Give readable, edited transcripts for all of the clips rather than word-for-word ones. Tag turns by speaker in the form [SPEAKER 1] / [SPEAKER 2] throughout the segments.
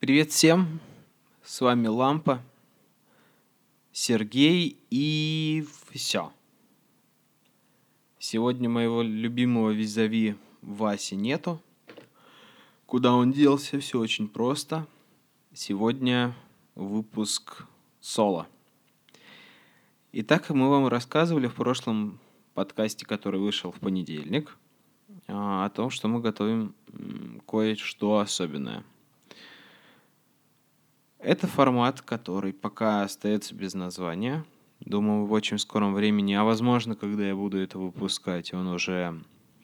[SPEAKER 1] Привет всем, с вами Лампа, Сергей и все. Сегодня моего любимого визави Васи нету. Куда он делся, все очень просто. Сегодня выпуск соло. Итак, мы вам рассказывали в прошлом подкасте, который вышел в понедельник, о том, что мы готовим кое-что особенное. Это формат, который пока остается без названия. Думаю, в очень скором времени, а возможно, когда я буду это выпускать, он уже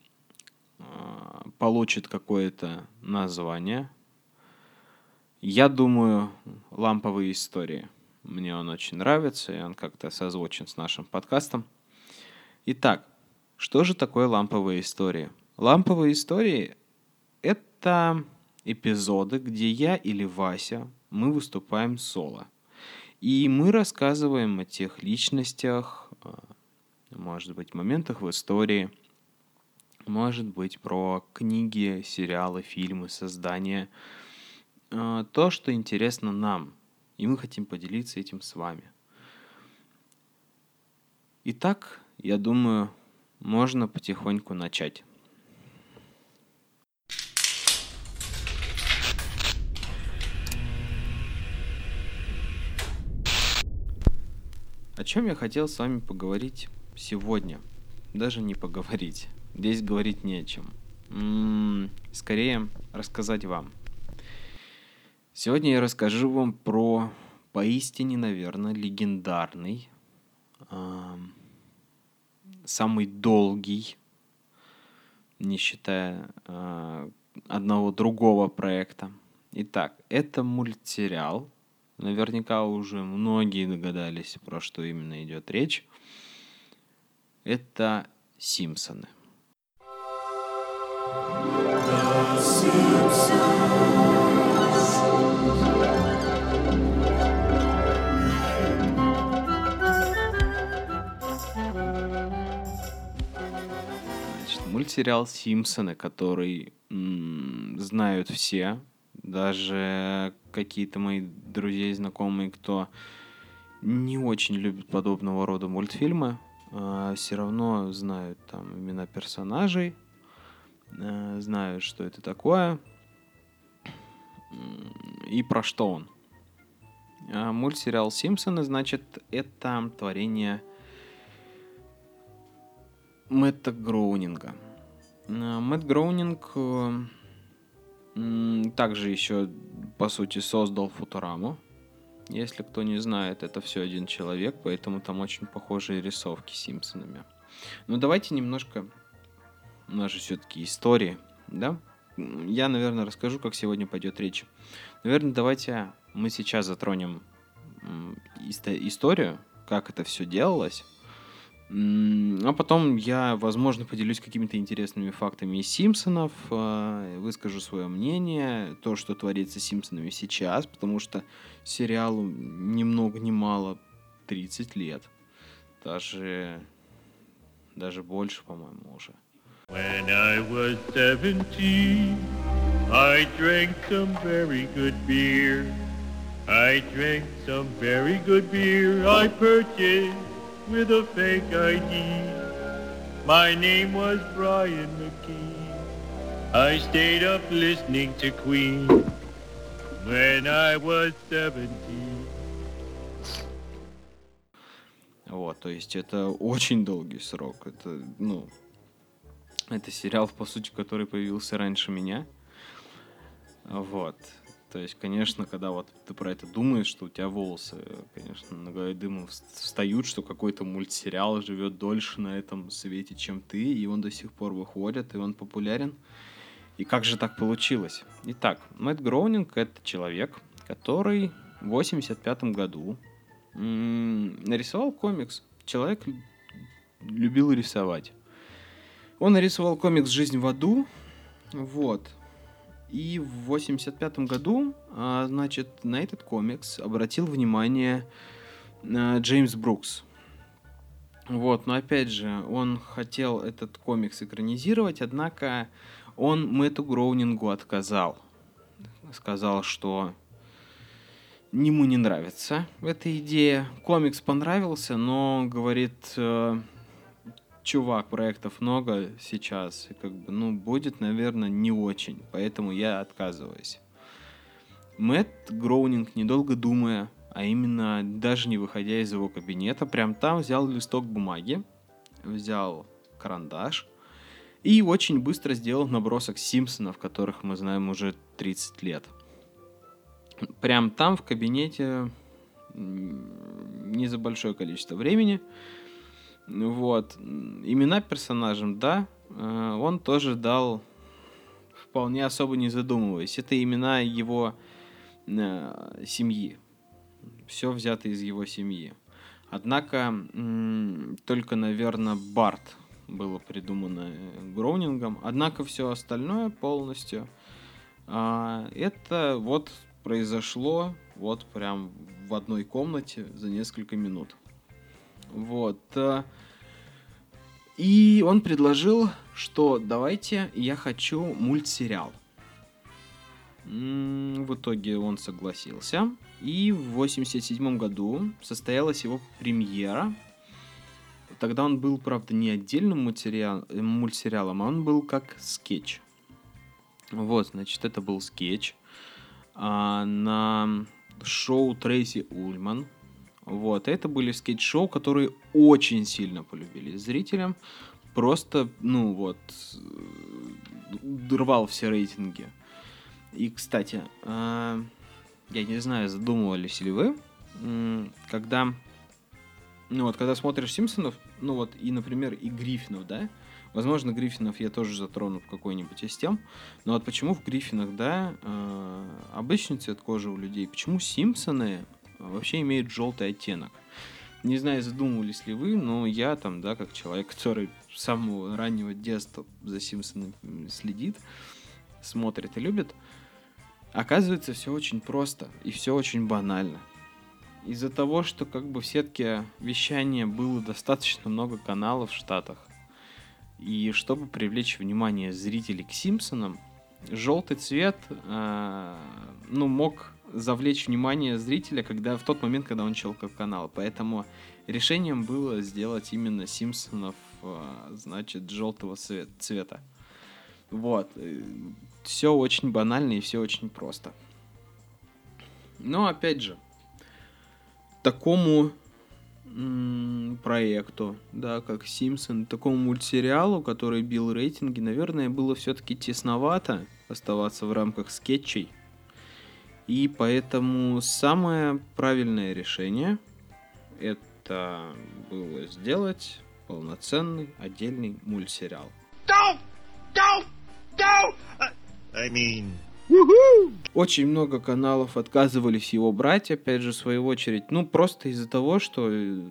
[SPEAKER 1] получит какое-то название. Я думаю, ламповые истории. Мне он очень нравится, и он как-то созвучен с нашим подкастом. Итак, что же такое ламповые истории? Ламповые истории — это эпизоды, где я или Вася, мы выступаем соло. И мы рассказываем о тех личностях, может быть, моментах в истории, может быть, про книги, сериалы, фильмы, создания. То, что интересно нам. И мы хотим поделиться этим с вами. Итак, я думаю, можно потихоньку начать. О чем я хотел с вами поговорить сегодня? Даже не поговорить. Здесь говорить не о чем. Скорее, рассказать вам. Сегодня я расскажу вам про поистине, наверное, легендарный, самый долгий, не считая одного другого проекта. Итак, это мультсериал. Наверняка уже многие догадались, про что именно идет речь. Это «Симпсоны». Значит, мультсериал «Симпсоны», который знают все, даже какие-то мои друзья и знакомые, кто не очень любит подобного рода мультфильмы, все равно знают там имена персонажей, знают, что это такое и про что он. Мультсериал «Симпсоны», значит, это творение Мэтта Гроунинга. Мэтт Гроунинг также еще, по сути, создал «Футураму». Если кто не знает, это все один человек, поэтому там очень похожие рисовки с «Симпсонами». Но давайте немножко, у нас же все-таки истории, да? Я, наверное, расскажу, как сегодня пойдет речь. Наверное, давайте мы сейчас затронем историю, как это все делалось. А потом я, возможно, поделюсь какими-то интересными фактами из «Симпсонов», выскажу свое мнение, то, что творится с «Симпсонами» сейчас, потому что сериалу ни много ни мало 30 лет. Даже больше, по-моему, уже.
[SPEAKER 2] When I was 17, I drank some very good beer. I drank some very good beer I purchased with a fake ID. My name was Brian McKee. I stayed up listening to Queen when I was 17.
[SPEAKER 1] Вот, то есть это очень долгий срок. Это сериал, по сути, который появился раньше меня. Вот. То есть, конечно, когда вот ты про это думаешь, что у тебя волосы, конечно, на голове дымом встают, что какой-то мультсериал живет дольше на этом свете, чем ты, и он до сих пор выходит, и он популярен. И как же так получилось? Итак, Мэтт Гроунинг — это человек, который в 1985 году нарисовал комикс. Человек любил рисовать. Он нарисовал комикс «Жизнь в аду», вот. И в 1985 году, значит, на этот комикс обратил внимание Джеймс Брукс. Вот, но опять же, он хотел этот комикс экранизировать, однако он Мэтту Гроунингу отказал. Сказал, что Ему не нравится эта идея. Комикс понравился, но, говорит, чувак, проектов много сейчас, и будет, наверное, не очень, поэтому я отказываюсь. Мэтт Гроунинг, недолго думая, а именно даже не выходя из его кабинета, прям там взял листок бумаги, взял карандаш и очень быстро сделал набросок Симпсонов, которых мы знаем уже 30 лет. Прям там в кабинете, не за большое количество времени. Вот. Имена персонажам, да, он тоже дал, вполне особо не задумываясь. Это имена его семьи. Все взято из его семьи. Однако только, наверное, Барт было придумано Гроунингом. Однако все остальное полностью это вот произошло вот прям в одной комнате за несколько минут. Вот. И он предложил, что давайте, я хочу мультсериал. В итоге он согласился. И в 1987 году состоялась его премьера. Тогда он был, правда, не отдельным мультсериалом, а он был как скетч. Вот, значит, это был скетч на шоу Трейси Ульман. Вот, это были скетч-шоу, которые очень сильно полюбили зрителям. Просто, рвал все рейтинги. И, кстати, я не знаю, задумывались ли вы, когда смотришь Симпсонов, и, например, и Гриффинов, да, возможно, Гриффинов я тоже затрону в какой-нибудь из тем, но вот почему в Гриффинах, да, обычный цвет кожи у людей, почему Симпсоны вообще имеют желтый оттенок? Не знаю, задумывались ли вы, но я там, да, как человек, который с самого раннего детства за Симпсонами следит, смотрит и любит, оказывается, все очень просто и все очень банально. Из-за того, что в сетке вещания было достаточно много каналов в Штатах, и чтобы привлечь внимание зрителей к Симпсонам, желтый цвет мог завлечь внимание зрителя в тот момент, когда он щелкал канал. Поэтому решением было сделать именно Симпсонов, желтого цвета. Вот. Все очень банально и все очень просто. Но опять же, такому проекту, да, как Симпсон, такому мультсериалу, который бил рейтинги, наверное, было все-таки тесновато оставаться в рамках скетчей. И поэтому самое правильное решение это было сделать полноценный отдельный мультсериал. Очень много каналов отказывались его брать, опять же, в свою очередь. Просто из-за того, что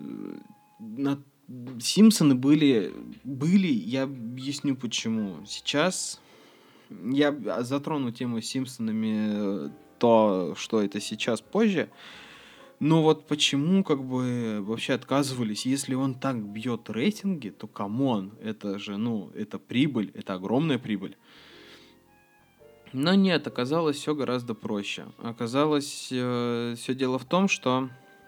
[SPEAKER 1] Симпсоны были, я объясню почему. Сейчас я затрону тему с Симпсонами, то, что это сейчас позже. Но вот почему вообще отказывались, если он так бьет рейтинги, то камон, это же, это прибыль, это огромная прибыль. Но нет, оказалось все гораздо проще. Оказалось, все дело в том, что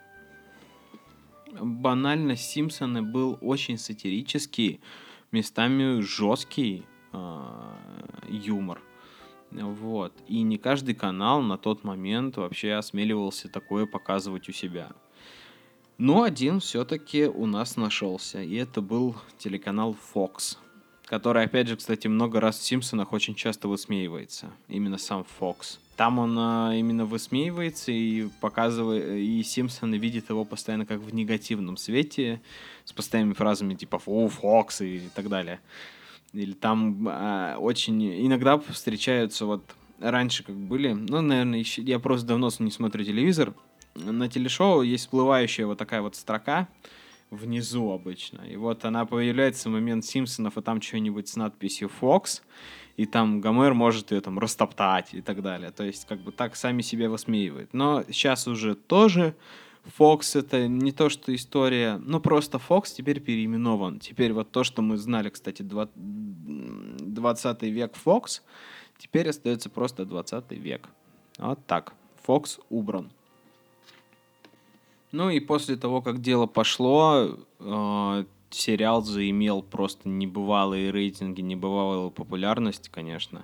[SPEAKER 1] банально Симпсоны был очень сатирический, местами жесткий юмор. Вот. И не каждый канал на тот момент вообще осмеливался такое показывать у себя. Но один все-таки у нас нашелся. И это был телеканал Fox, который, опять же, кстати, много раз в Симпсонах очень часто высмеивается. Именно сам Fox. Там он именно высмеивается и показывает, и Симпсоны видят его постоянно как в негативном свете, с постоянными фразами типа «Фу, Fox» и так далее. Или там очень иногда встречаются раньше были, наверное, еще, я просто давно не смотрю телевизор, на телешоу есть всплывающая такая строка внизу обычно, и она появляется в момент Симпсонов, и там что-нибудь с надписью Fox, и там Гомер может ее там растоптать и так далее, то есть так сами себя высмеивают. Но сейчас уже тоже Fox — это не то, что история, просто Fox теперь переименован. Теперь то, что мы знали, кстати, 20 век Fox, теперь остается просто 20 век. Вот так. Fox убран. Ну и после того, как дело пошло, сериал заимел просто небывалые рейтинги, небывалую популярность, конечно.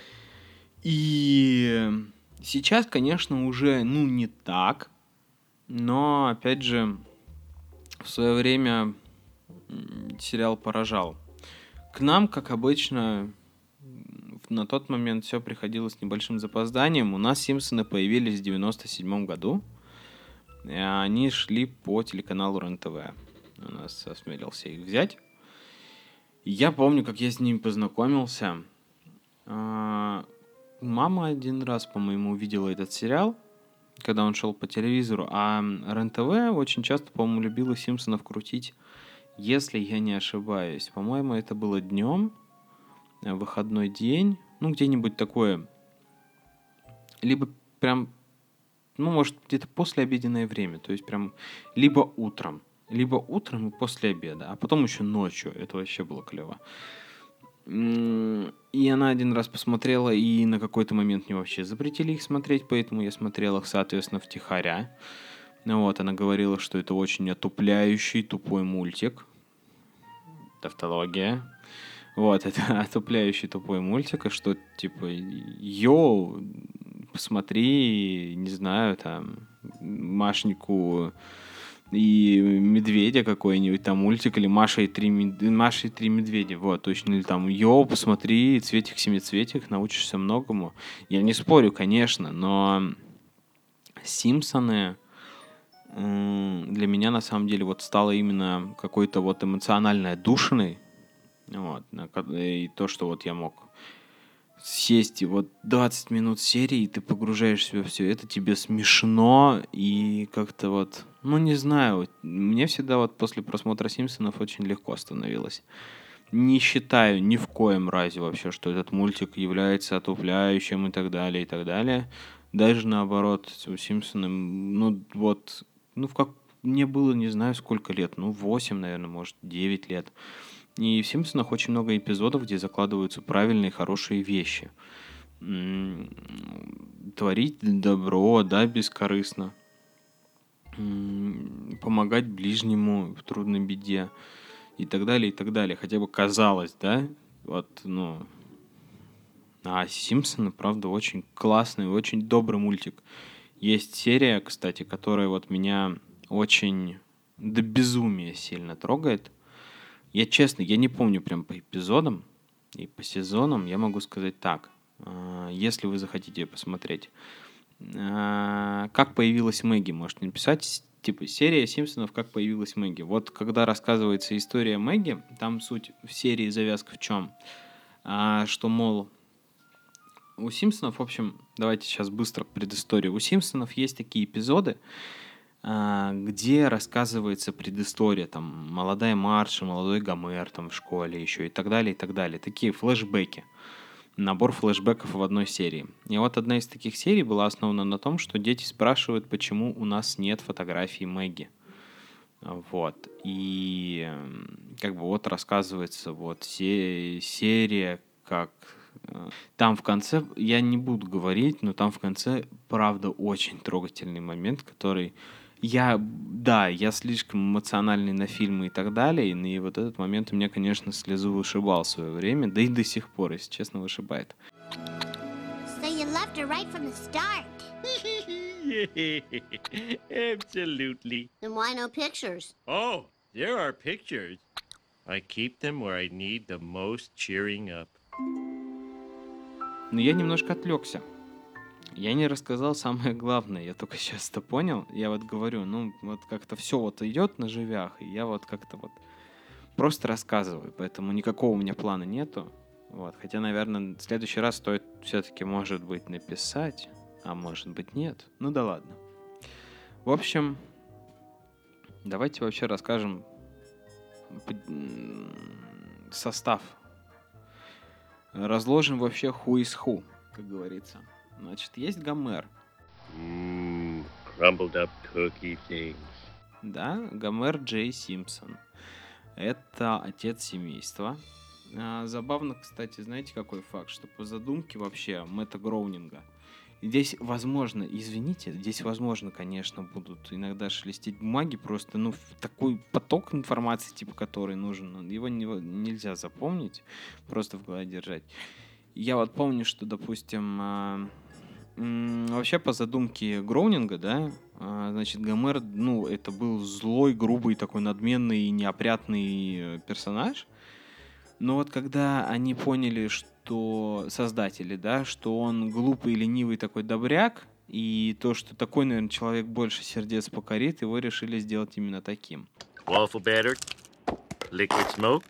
[SPEAKER 1] И сейчас, конечно, уже, ну, не так, но, опять же, в свое время сериал поражал. К нам, как обычно, на тот момент все приходило с небольшим запозданием. У нас «Симпсоны» появились в 97 году. И они шли по телеканалу РЕН-ТВ. У нас осмелился их взять. И я помню, как я с ними познакомился. Мама один раз, по-моему, увидела этот сериал, когда он шел по телевизору. А РЕН-ТВ очень часто, по-моему, любила «Симпсонов» крутить, если я не ошибаюсь. По-моему, это было днем, выходной день. Ну, где-нибудь такое. Либо прям, ну, может, где-то послеобеденное время. То есть прям либо утром и после обеда, а потом еще ночью. Это вообще было клево. И она один раз посмотрела, и на какой-то момент мне вообще запретили их смотреть, поэтому я смотрел их, соответственно, втихаря. Ну вот, она говорила, что это очень отупляющий, тупой мультик. Тавтология. Вот, это отупляющий, тупой мультик, и что, типа, йоу, посмотри, не знаю, там, Машеньку и медведя какой-нибудь там мультик, или Маша и три медведя, вот, точно, или там, йоу, посмотри, Цветик-семицветик, научишься многому. Я не спорю, конечно, но «Симпсоны» для меня, на самом деле, вот стало именно какой-то вот эмоциональной отдушиной, вот, и то, что вот я мог сесть, и вот 20 минут серии, и ты погружаешься во все это, тебе смешно, и как-то вот, ну, не знаю, вот, мне всегда вот после просмотра «Симпсонов» очень легко становилось. Не считаю ни в коем разе вообще, что этот мультик является отупляющим и так далее, и так далее. Даже наоборот, «Симпсоны», ну, вот, ну, мне было, не знаю, сколько лет, ну, 8, наверное, может, 9 лет. И в «Симпсонах» очень много эпизодов, где закладываются правильные, хорошие вещи. Творить добро, да, бескорыстно. Помогать ближнему в трудной беде. И так далее, и так далее. Хотя бы казалось, да? Вот, ну... А «Симпсоны», правда, очень классный, очень добрый мультик. Есть серия, кстати, которая вот меня очень до безумия сильно трогает. Я честно, я не помню прям по эпизодам и по сезонам. Я могу сказать так. Если вы захотите посмотреть. Как появилась Мэгги, можете написать. Типа серия «Симпсонов. Как появилась Мэгги». Вот когда рассказывается история Мэгги, там суть в серии завязка в чем? Что, мол, у «Симпсонов», в общем, давайте сейчас быстро предысторию. У «Симпсонов» есть такие эпизоды, где рассказывается предыстория, там, молодая Марша, молодой Гомер там в школе еще и так далее, и так далее. Такие флешбеки. Набор флешбеков в одной серии. И вот одна из таких серий была основана на том, что дети спрашивают, почему у нас нет фотографий Мэгги. Вот. И как бы вот рассказывается вот серия, как... Там в конце, я не буду говорить, но там в конце, правда, очень трогательный момент, который... я слишком эмоциональный на фильмы и так далее, и вот этот момент у меня, конечно, слезу вышибал в свое время, да и до сих пор, если честно, вышибает.
[SPEAKER 3] So you left her right from the start.
[SPEAKER 2] Absolutely.
[SPEAKER 3] Then why no pictures?
[SPEAKER 2] Oh, there are pictures. I keep them where I need the most cheering up.
[SPEAKER 1] Но я немножко отвлекся. Я не рассказал самое главное, я только сейчас это понял. Я вот говорю, ну вот как-то все вот идет на живях, и я вот как-то вот просто рассказываю, поэтому никакого у меня плана нету. Вот. Хотя, наверное, в следующий раз стоит все-таки, может быть, написать, а может быть, нет. Ну да ладно. В общем, давайте вообще расскажем состав. Разложим вообще who is who, как говорится. Значит, есть Гомер.
[SPEAKER 2] Crumbled up cookie things.
[SPEAKER 1] Да, Гомер Джей Симпсон. Это отец семейства. Забавно, кстати, знаете, какой факт, что по задумке вообще Мэтта Гроунинга Здесь возможно, извините, здесь возможно, конечно, будут иногда шелестеть бумаги, просто, такой поток информации, типа, который нужен, его нельзя запомнить, просто в голове держать. Я вот помню, что, допустим, вообще по задумке Гроунинга, да, значит, Гомер, это был злой, грубый, такой надменный и неопрятный персонаж. Но вот когда они поняли, что создатели, да, что он глупый, ленивый такой добряк, и то, что такой, наверное, человек больше сердец покорит, его решили сделать именно таким.
[SPEAKER 2] Waffle batter, liquid smoke.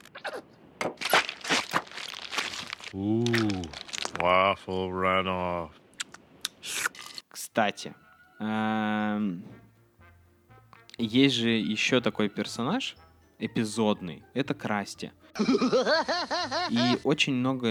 [SPEAKER 2] Ooh, waffle runoff.
[SPEAKER 1] Кстати, есть же еще такой персонаж эпизодный, это Красти. И очень много,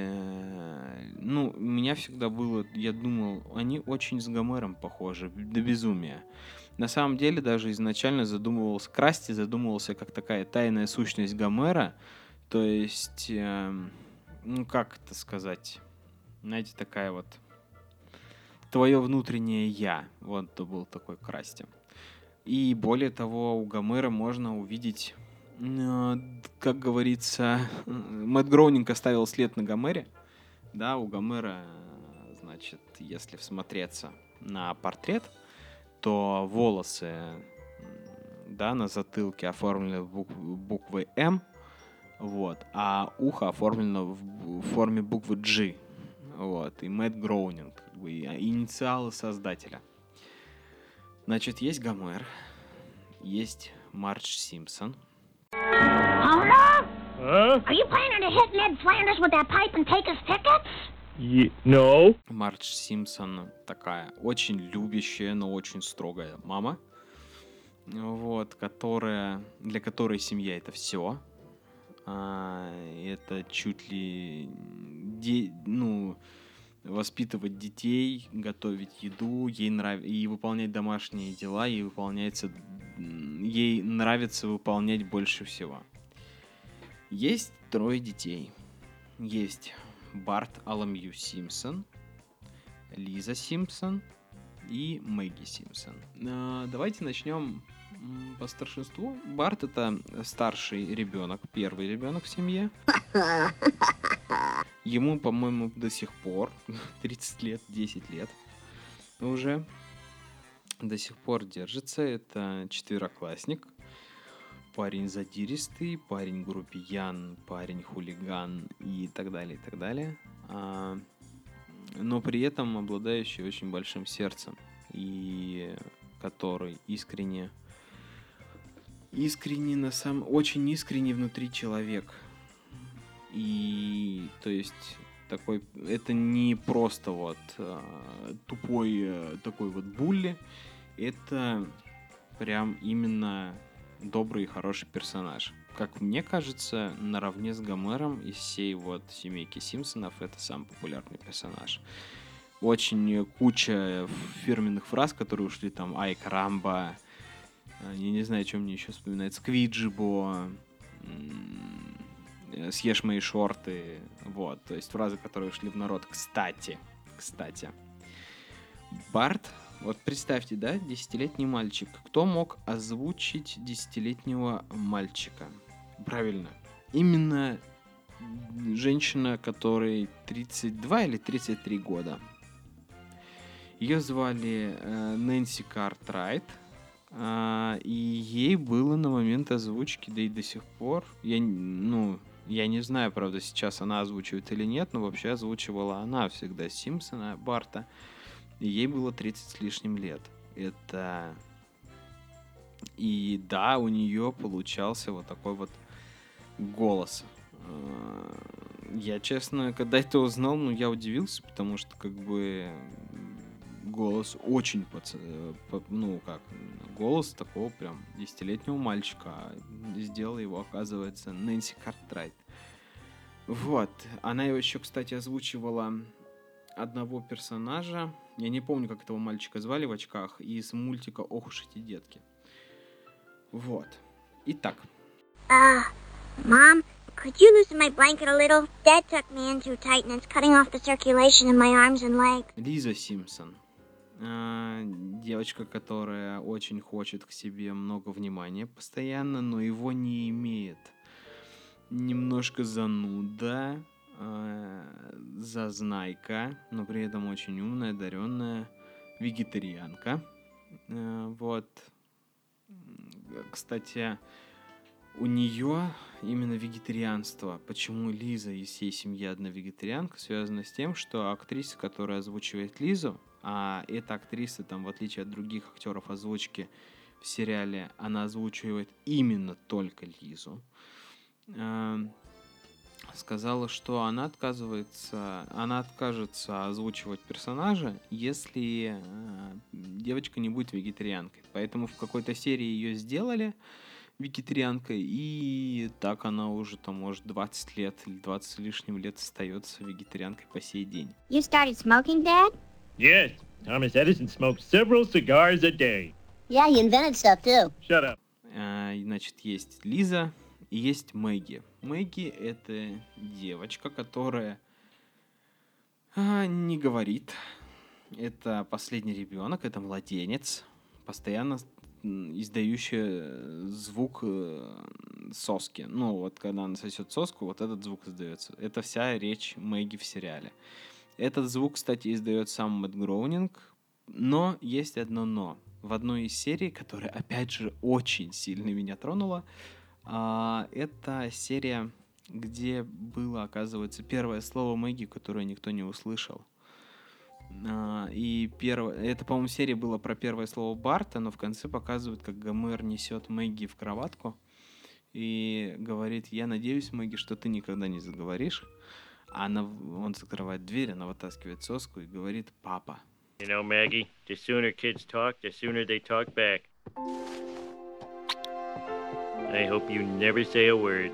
[SPEAKER 1] у меня всегда было, я думал, они очень с Гомером похожи, до безумия. На самом деле, даже изначально Красти задумывался как такая тайная сущность Гомера, то есть, как это сказать, знаете, такая вот твое внутреннее я, вот то был такой Красти. И более того, у Гомера можно увидеть, как говорится, Мэтт Гроунинг оставил след на Гомере. Да, у Гомера, значит, если всмотреться на портрет, то волосы, да, на затылке оформлены буквой М, вот, а ухо оформлено в форме буквы G. Вот, и Мэтт Гроунинг, как бы, инициалы создателя. Значит, есть Гомер, есть Мардж Симпсон.
[SPEAKER 3] Homer? Are you planning to hit Ned Flanders with that pipe and take his tickets?
[SPEAKER 2] No.
[SPEAKER 1] Мардж Симпсон такая очень любящая, но очень строгая мама, вот, для которой семья — это все. Это чуть ли воспитывать детей, готовить еду, и выполнять домашние дела, ей нравится выполнять больше всего. Есть 3 детей. Есть Барт Аламью Симпсон, Лиза Симпсон и Мэгги Симпсон. Давайте начнем по старшинству. Барт — это старший ребенок, первый ребенок в семье. Ему, по-моему, до сих пор 30 лет, 10 лет уже. До сих пор держится. Это 4-классник. Парень задиристый, парень грубиян, парень хулиган и так далее, и так далее. Но при этом обладающий очень большим сердцем. И который очень искренний внутри человек. И, то есть, это не просто вот тупой такой вот булли, это прям именно добрый и хороший персонаж. Как мне кажется, наравне с Гомером из всей вот семейки Симпсонов это самый популярный персонаж. Очень куча фирменных фраз, которые ушли там: «Ай, карамба», я не знаю, что мне еще вспоминается, «Сквиджибо», «Съешь мои шорты», вот, то есть фразы, которые ушли в народ. Кстати, Барт, вот представьте, да, 10-летний мальчик. Кто мог озвучить 10-летнего мальчика? Правильно, именно женщина, которой 32 или 33 года. Ее звали Нэнси Картрайт, и ей было на момент озвучки, да и до сих пор, я не знаю, правда, сейчас она озвучивает или нет, но вообще озвучивала она всегда Симпсона, Барта, и ей было 30 с лишним лет. И да, у нее получался вот такой вот голос. Я, честно, когда это узнал, я удивился, потому что, как бы, голос очень голос такого прям 10-летнего мальчика. Сделала его, оказывается, Нэнси Картрайт. Вот. Она его еще, кстати, озвучивала одного персонажа. Я не помню, как этого мальчика звали в очках. Из мультика «Ох уж эти детки». Вот. Итак.
[SPEAKER 3] Mom, could you loosen my blanket a little? Dad tucked me in too tight, and it's cutting off the circulation in my arms and legs.
[SPEAKER 1] Лиза Симпсон. Девочка, которая очень хочет к себе много внимания постоянно, но его не имеет. Немножко зануда, зазнайка, но при этом очень умная, одаренная, вегетарианка. Вот. Кстати, у нее именно вегетарианство. Почему Лиза из всей семьи одна вегетарианка, связано с тем, что актриса, которая озвучивает Лизу, а эта актриса, там, в отличие от других актеров озвучки в сериале, она озвучивает именно только Лизу, сказала, что она откажется озвучивать персонажа, если девочка не будет вегетарианкой. Поэтому в какой-то серии ее сделали вегетарианкой, и так она уже, там, может, 20 лет или 20 с лишним лет остается вегетарианкой по сей день.
[SPEAKER 3] You started smoking, Dad?
[SPEAKER 2] Yes, Thomas Edison smoked several cigars a day.
[SPEAKER 3] Yeah, he invented stuff, too.
[SPEAKER 2] Shut up.
[SPEAKER 1] Значит, есть Лиза и есть Мэгги. Мэгги — это девочка, которая не говорит. Это последний ребенок, это младенец, постоянно издающий звук соски. Ну, вот когда она сосет соску, вот этот звук издается. Это вся речь Мэгги в сериале. Этот звук, кстати, издает сам Мэтт Гроунинг, но есть одно но. В одной из серий, которая, опять же, очень сильно меня тронула, это серия, где было, оказывается, первое слово Мэгги, которое никто не услышал. И это, по-моему, серия была про первое слово Барта, но в конце показывают, как Гомер несет Мэгги в кроватку и говорит: я надеюсь, Мэгги, что ты никогда не заговоришь. Он закрывает дверь, она вытаскивает соску и говорит: папа.
[SPEAKER 2] You know, Maggie, the sooner kids talk, the sooner they talk back. I hope you never say a word.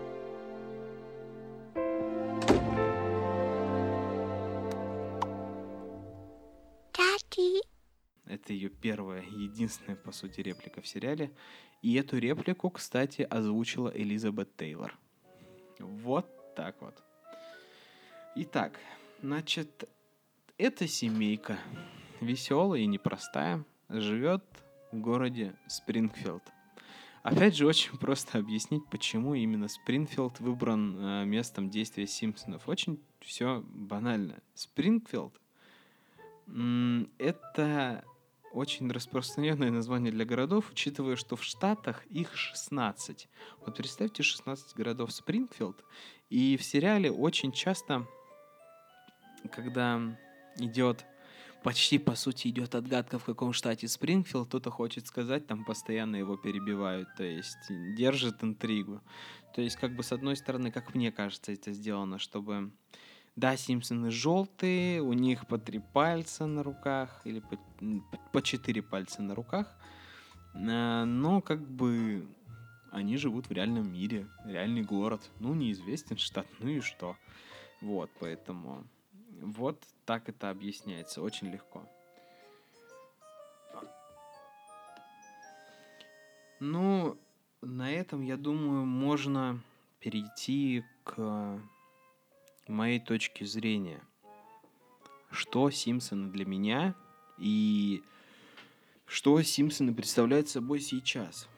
[SPEAKER 3] Daddy.
[SPEAKER 1] Это ее первая, единственная, по сути, реплика в сериале. И эту реплику, кстати, озвучила Элизабет Тейлор. Вот так вот. Итак, значит, эта семейка, веселая и непростая, живет в городе Спрингфилд. Опять же, очень просто объяснить, почему именно Спрингфилд выбран местом действия Симпсонов. Очень все банально. Спрингфилд — это очень распространенное название для городов, учитывая, что в Штатах их 16. Вот представьте, 16 городов Спрингфилд. И в сериале очень часто, когда почти, по сути, идет отгадка, в каком штате Спрингфилд, кто-то хочет сказать, там постоянно его перебивают, то есть держит интригу. То есть, как бы, с одной стороны, как мне кажется, это сделано, чтобы... Да, Симпсоны желтые, у них по 3 пальца на руках, или по 4 пальца на руках, но, как бы, они живут в реальном мире, реальный город, неизвестен штат, и что. Вот, поэтому... Вот так это объясняется, очень легко. На этом, я думаю, можно перейти к моей точке зрения. Что Симпсоны для меня и что Симпсоны представляют собой сейчас.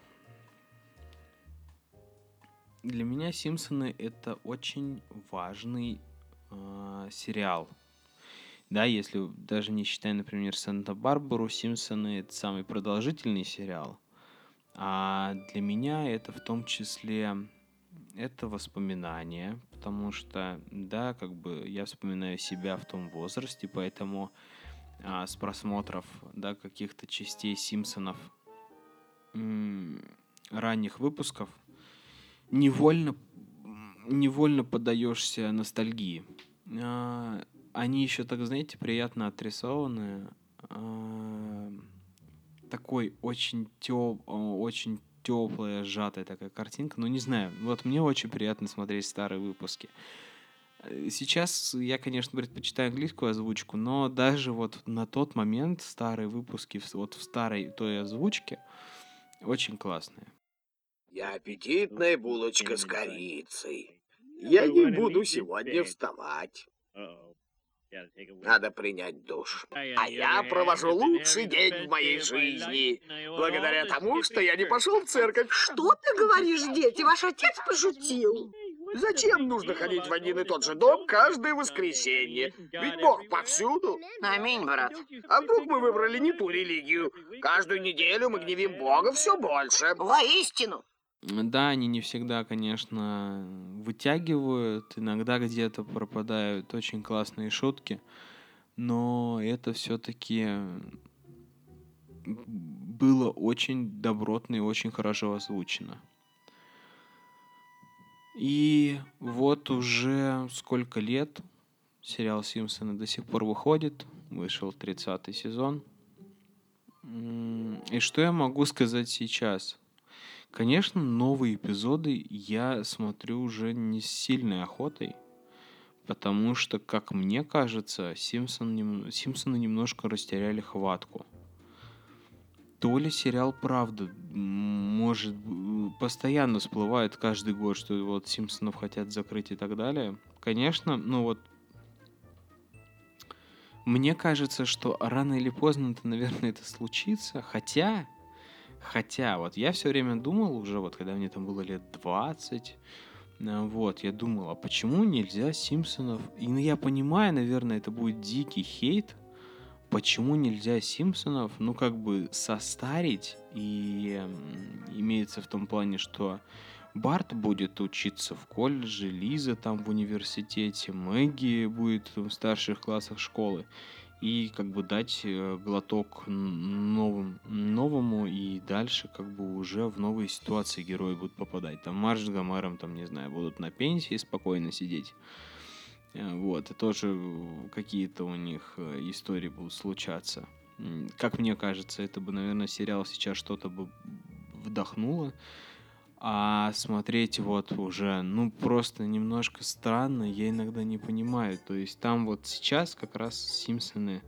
[SPEAKER 1] Для меня Симпсоны — это очень важный сериал. Да, если даже не считая, например, Санта-Барбару, Симпсоны — это самый продолжительный сериал. А для меня это в том числе это воспоминания, потому что, да, как бы я вспоминаю себя в том возрасте, поэтому с просмотров, да, каких-то частей Симпсонов, ранних выпусков, невольно поддаешься ностальгии. Они еще, так, знаете, приятно отрисованы. Такой очень теплая, сжатая такая картинка. Не знаю, вот мне очень приятно смотреть старые выпуски. Сейчас я, конечно, предпочитаю английскую озвучку, но даже вот на тот момент старые выпуски вот в старой той озвучке очень классные.
[SPEAKER 4] И аппетитная булочка с корицей. Я не буду сегодня вставать. Надо принять душ. А я провожу лучший день в моей жизни. Благодаря тому, что я не пошел в церковь.
[SPEAKER 5] Что ты говоришь, дети? Ваш отец пошутил.
[SPEAKER 4] Зачем нужно ходить в один и тот же дом каждое воскресенье? Ведь Бог повсюду.
[SPEAKER 5] Аминь, брат.
[SPEAKER 4] А вдруг мы выбрали не ту религию? Каждую неделю мы гневим Бога все больше.
[SPEAKER 5] Воистину.
[SPEAKER 1] Да, они не всегда, конечно, вытягивают, иногда где-то пропадают очень классные шутки, но это все-таки было очень добротно и очень хорошо озвучено. И вот уже сколько лет сериал «Симпсоны» до сих пор выходит, вышел 30-й сезон. И что я могу сказать сейчас? Конечно, новые эпизоды я смотрю уже не с сильной охотой, потому что, как мне кажется, Симпсоны немножко растеряли хватку. То ли сериал, правда, может, постоянно всплывает каждый год, что вот Симпсонов хотят закрыть и так далее. Конечно, мне кажется, что рано или поздно наверное, это случится, хотя, вот я все время думал уже, вот когда мне там было лет 20, вот, я думал, а почему нельзя Симпсонов? И я понимаю, наверное, это будет дикий хейт, почему нельзя Симпсонов, состарить, и имеется в том плане, что Барт будет учиться в колледже, Лиза там в университете, Мэгги будет в старших классах школы, и дать глоток новому, и дальше уже в новые ситуации герои будут попадать. Там Марш с Гомером, там, не знаю, будут на пенсии спокойно сидеть. Вот, и тоже какие-то у них истории будут случаться. Как мне кажется, это бы, наверное, сериал сейчас что-то бы вдохнуло. А смотреть вот уже, просто немножко странно, я иногда не понимаю. То есть там вот сейчас как раз Симпсоны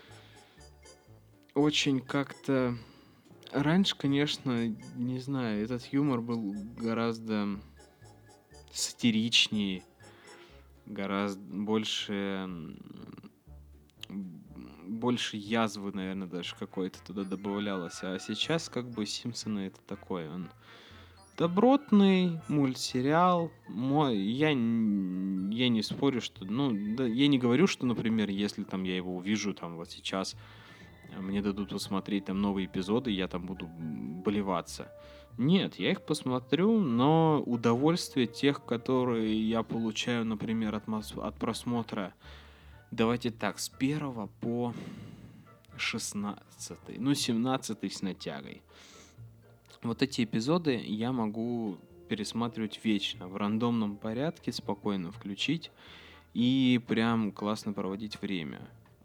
[SPEAKER 1] очень как-то... Раньше, конечно, не знаю, этот юмор был гораздо сатиричнее, гораздо больше язвы, наверное, даже какой-то туда добавлялось. А сейчас Симпсоны это такой, он добротный мультсериал. Я не спорю, что... я не говорю, что, например, если там я его увижу там вот сейчас, мне дадут посмотреть там новые эпизоды, я там буду болеваться. Нет, я их посмотрю, но удовольствие тех, которые я получаю, например, от просмотра, давайте так, с 1 по 16, 17 с натягой. Вот эти эпизоды я могу пересматривать вечно, в рандомном порядке, спокойно включить и прям классно проводить время.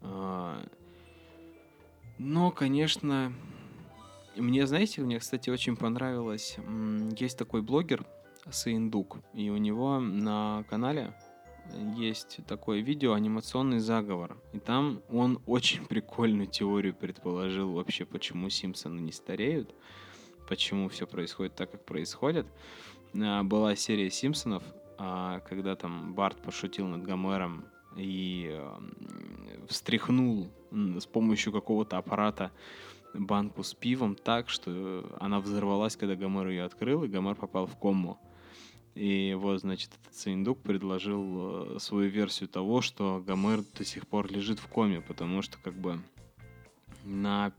[SPEAKER 1] Но, конечно, мне, кстати, очень понравилось, есть такой блогер, Саиндук, и у него на канале есть такое видео «Анимационный заговор», и там он очень прикольную теорию предположил вообще, почему Симпсоны не стареют, почему все происходит так, как происходит. Была серия Симпсонов, когда там Барт пошутил над Гомером и встряхнул с помощью какого-то аппарата банку с пивом так, что она взорвалась, когда Гомер ее открыл, и Гомер попал в кому. И вот, значит, этот Саиндук предложил свою версию того, что Гомер до сих пор лежит в коме, потому что на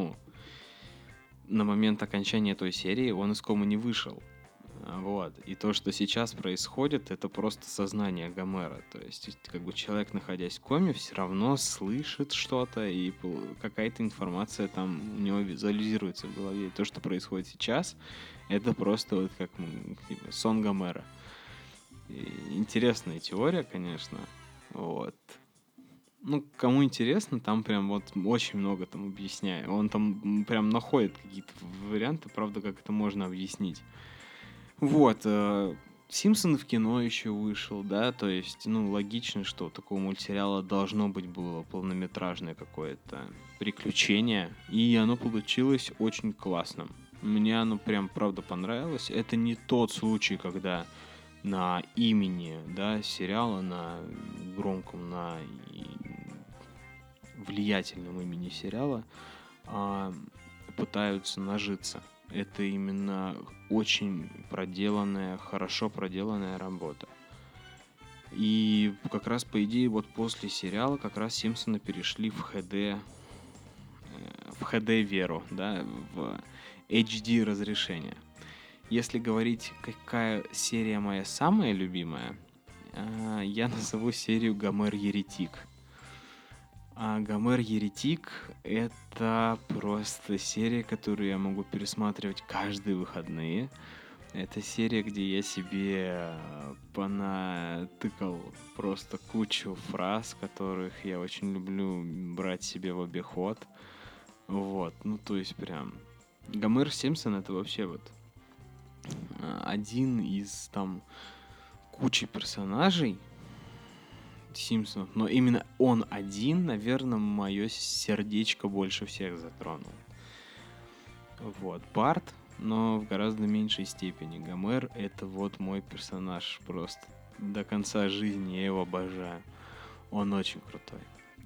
[SPEAKER 1] момент окончания той серии он из комы не вышел. Вот. И то, что сейчас происходит, это просто сознание Гомера. То есть, человек, находясь в коме, все равно слышит что-то, и какая-то информация там у него визуализируется в голове. И то, что происходит сейчас, это просто вот как сон Гомера. И интересная теория, конечно. Вот. Кому интересно, там прям вот очень много там объясняю. Он там прям находит какие-то варианты, правда, как это можно объяснить. Вот, Симпсоны в кино еще вышел, да, то есть, логично, что у такого мультсериала должно быть было полнометражное какое-то приключение, и оно получилось очень классным. Мне оно прям, правда, понравилось. Это не тот случай, когда на имени, да, сериала, на громком, на влиятельном имени сериала пытаются нажиться. Это именно очень проделанная, хорошо проделанная работа. И как раз, по идее, вот после сериала как раз Симпсоны перешли в HD-веру, да, в HD разрешение. Если говорить, какая серия моя самая любимая, я назову серию «Гомер Еретик». А Гомер Еретик — это просто серия, которую я могу пересматривать каждые выходные. Это серия, где я себе понатыкал просто кучу фраз, которых я очень люблю брать себе в обиход. Вот, ну то есть прям... Гомер Симпсон — это вообще вот один из там кучи персонажей Симпсонов, но именно он один, наверное, мое сердечко больше всех затронул. Вот, Барт, но в гораздо меньшей степени. Гомер — это вот мой персонаж просто до конца жизни, я его обожаю. Он очень крутой.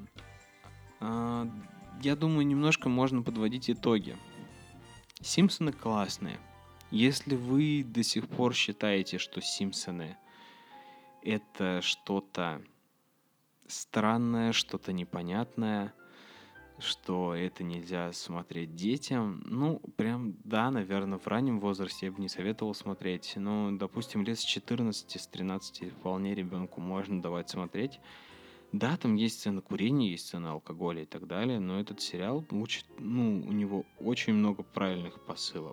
[SPEAKER 1] Я думаю, немножко можно подводить итоги. Симпсоны классные. Если вы до сих пор считаете, что Симпсоны — это что-то странное, что-то непонятное, что это нельзя смотреть детям, ну, прям, да, наверное, в раннем возрасте я бы не советовал смотреть, но, допустим, лет с 14, с 13 вполне ребенку можно давать смотреть. Да, там есть сцена курения, есть сцена алкоголя и так далее, но этот сериал учит, ну, у него очень много правильных посылов.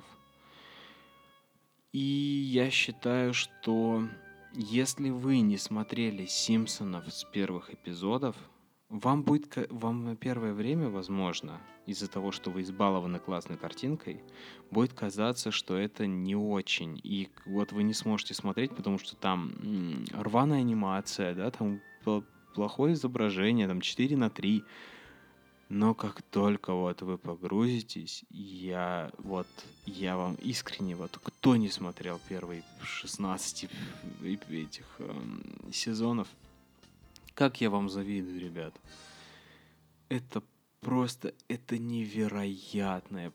[SPEAKER 1] И я считаю, что если вы не смотрели «Симпсонов» с первых эпизодов, вам на первое время, возможно, из-за того, что вы избалованы классной картинкой, будет казаться, что это не очень. И вот вы не сможете смотреть, потому что там рваная анимация, да, там плохое изображение, там 4:3. Но как только вот вы погрузитесь, я вам искренне, вот кто не смотрел первые 16 этих сезонов, как я вам завидую, ребят. Это просто, это невероятное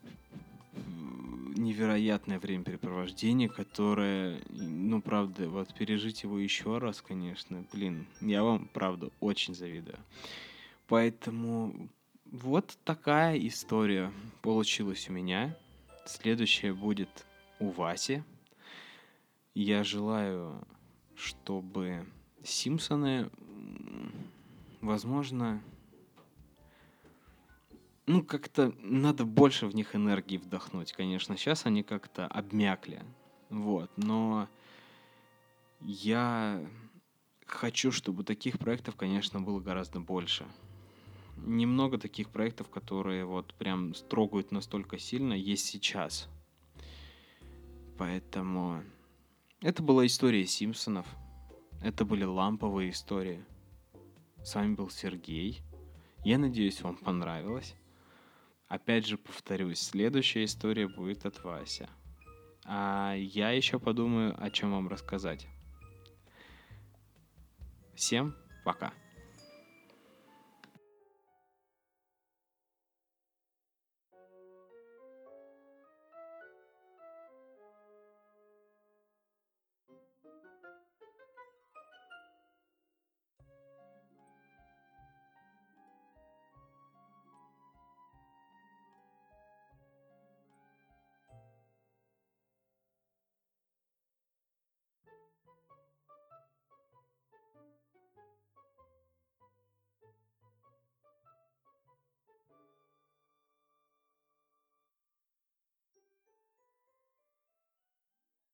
[SPEAKER 1] времяпрепровождение, которое, ну, правда, вот пережить его еще раз, конечно, блин, я вам, правда, очень завидую. Поэтому вот такая история получилась у меня. Следующая будет у Васи. Я желаю, чтобы Симпсоны, возможно, ну, как-то надо больше в них энергии вдохнуть, конечно. Сейчас они как-то обмякли. Вот, но я хочу, чтобы таких проектов, конечно, было гораздо больше. Немного таких проектов, которые вот прям трогают настолько сильно, есть сейчас. Поэтому это была история Симпсонов. Это были ламповые истории. С вами был Сергей. Я надеюсь, вам понравилось. Опять же повторюсь, следующая история будет от Васи. А я еще подумаю, о чем вам рассказать. Всем пока.